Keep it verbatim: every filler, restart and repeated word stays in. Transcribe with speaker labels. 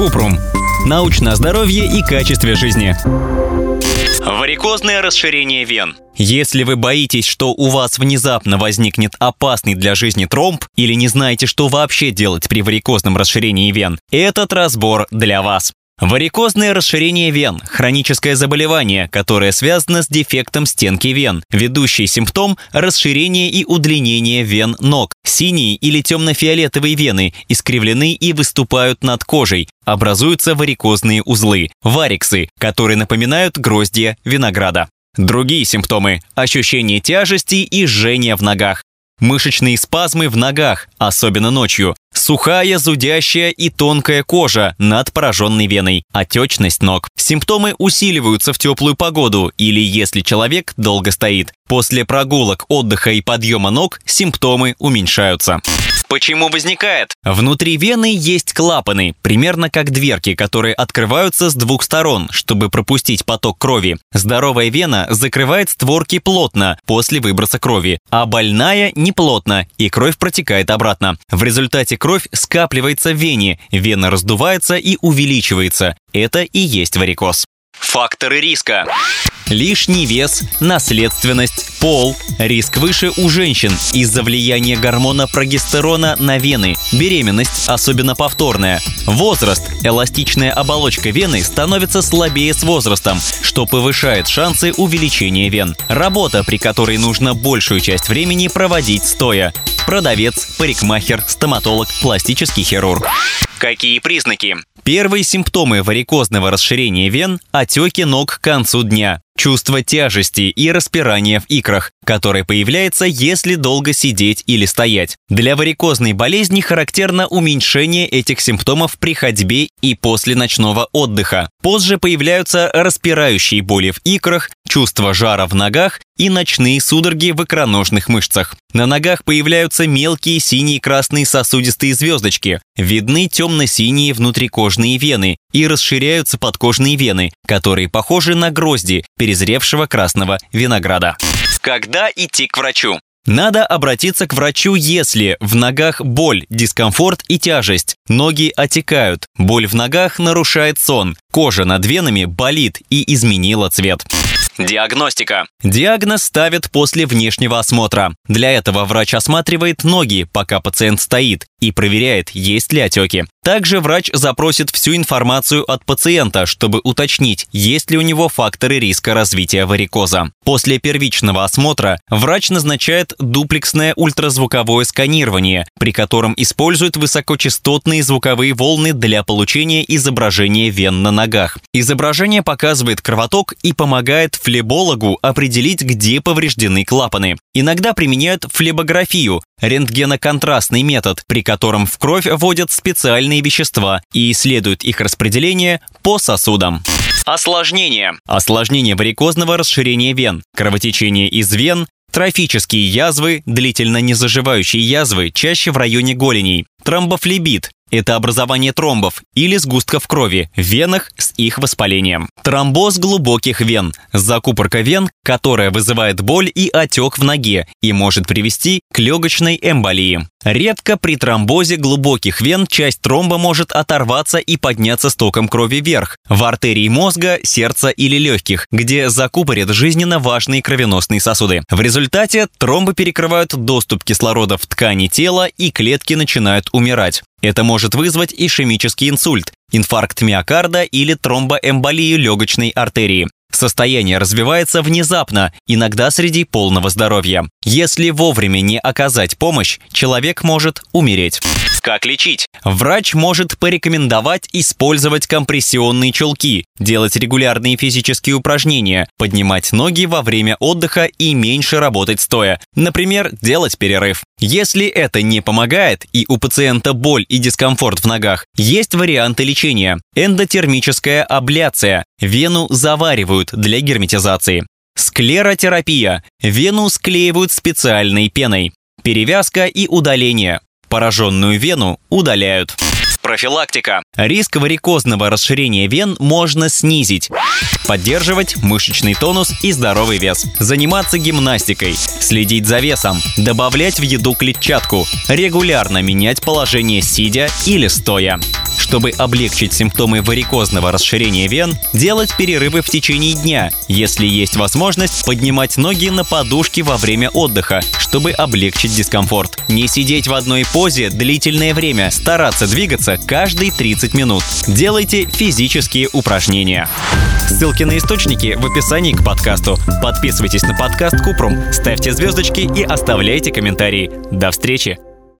Speaker 1: Купрум. Научное здоровье и качестве жизни. Варикозное расширение вен. Если вы боитесь, что у вас внезапно возникнет опасный для жизни тромб или не знаете, что вообще делать при варикозном расширении вен, этот разбор для вас. Варикозное расширение вен – хроническое заболевание, которое связано с дефектом стенки вен. Ведущий симптом – расширение и удлинение вен ног. Синие или темно-фиолетовые вены искривлены и выступают над кожей. Образуются варикозные узлы – вариксы, которые напоминают гроздья винограда. Другие симптомы – ощущение тяжести и жжения в ногах. Мышечные спазмы в ногах, особенно ночью. Сухая, зудящая и тонкая кожа над пораженной веной. Отечность ног. Симптомы усиливаются в теплую погоду или если человек долго стоит. После прогулок, отдыха и подъема ног симптомы уменьшаются. Почему возникает? Внутри вены есть клапаны, примерно как дверки, которые открываются с двух сторон, чтобы пропустить поток крови. Здоровая вена закрывает створки плотно после выброса крови, а больная неплотно, и кровь протекает обратно. В результате кровь скапливается в вене, вена раздувается и увеличивается. Это и есть варикоз. Факторы риска. Лишний вес, наследственность, пол. Риск выше у женщин из-за влияния гормона прогестерона на вены. Беременность, особенно повторная. Возраст. Эластичная оболочка вены становится слабее с возрастом, что повышает шансы увеличения вен. Работа, при которой нужно большую часть времени проводить стоя. Продавец, парикмахер, стоматолог, пластический хирург. Какие признаки? Первые симптомы варикозного расширения вен – отеки ног к концу дня. Чувство тяжести и распирания в икрах, которое появляется, если долго сидеть или стоять. Для варикозной болезни характерно уменьшение этих симптомов при ходьбе и после ночного отдыха. Позже появляются распирающие боли в икрах, чувство жара в ногах и ночные судороги в икроножных мышцах. На ногах появляются мелкие синие и красные сосудистые звездочки, видны темно-синие внутрикожные вены и расширяются подкожные вены, которые похожи на грозди перезревшего красного винограда. Когда идти к врачу? Надо обратиться к врачу, если в ногах боль, дискомфорт и тяжесть, ноги отекают, боль в ногах нарушает сон, кожа над венами болит и изменила цвет. Диагностика. Диагноз ставят после внешнего осмотра. Для этого врач осматривает ноги, пока пациент стоит, и проверяет, есть ли отеки. Также врач запросит всю информацию от пациента, чтобы уточнить, есть ли у него факторы риска развития варикоза. После первичного осмотра врач назначает дуплексное ультразвуковое сканирование, при котором используют высокочастотные звуковые волны для получения изображения вен на ногах. Изображение показывает кровоток и помогает флебологу определить, где повреждены клапаны. Иногда применяют флебографию, рентгеноконтрастный метод, при котором в кровь вводят специальные вещества и исследуют их распределение по сосудам. Осложнения. Осложнения варикозного расширения вен, кровотечение из вен, трофические язвы, длительно незаживающие язвы, чаще в районе голеней, тромбофлебит. Это образование тромбов или сгустков крови в венах с их воспалением. Тромбоз глубоких вен – закупорка вен, которая вызывает боль и отек в ноге и может привести к легочной эмболии. Редко при тромбозе глубоких вен часть тромба может оторваться и подняться с током крови вверх, в артерии мозга, сердца или легких, где закупорят жизненно важные кровеносные сосуды. В результате тромбы перекрывают доступ кислорода в ткани тела и клетки начинают умирать. Это может вызвать ишемический инсульт, инфаркт миокарда или тромбоэмболию легочной артерии. Состояние развивается внезапно, иногда среди полного здоровья. Если вовремя не оказать помощь, человек может умереть. Как лечить? Врач может порекомендовать использовать компрессионные чулки, делать регулярные физические упражнения, поднимать ноги во время отдыха и меньше работать стоя. Например, делать перерыв. Если это не помогает и у пациента боль и дискомфорт в ногах, есть варианты лечения. Эндотермическая абляция. Вену заваривают для герметизации. Склеротерапия. Вену склеивают специальной пеной. Перевязка и удаление. Пораженную вену удаляют. Профилактика. Риск варикозного расширения вен можно снизить. Поддерживать мышечный тонус и здоровый вес. Заниматься гимнастикой. Следить за весом. Добавлять в еду клетчатку. Регулярно менять положение сидя или стоя. Чтобы облегчить симптомы варикозного расширения вен, делать перерывы в течение дня. Если есть возможность, поднимать ноги на подушке во время отдыха, чтобы облегчить дискомфорт. Не сидеть в одной позе длительное время, стараться двигаться каждые тридцать минут. Делайте физические упражнения. Ссылки на источники в описании к подкасту. Подписывайтесь на подкаст Купрум, ставьте звездочки и оставляйте комментарии. До встречи!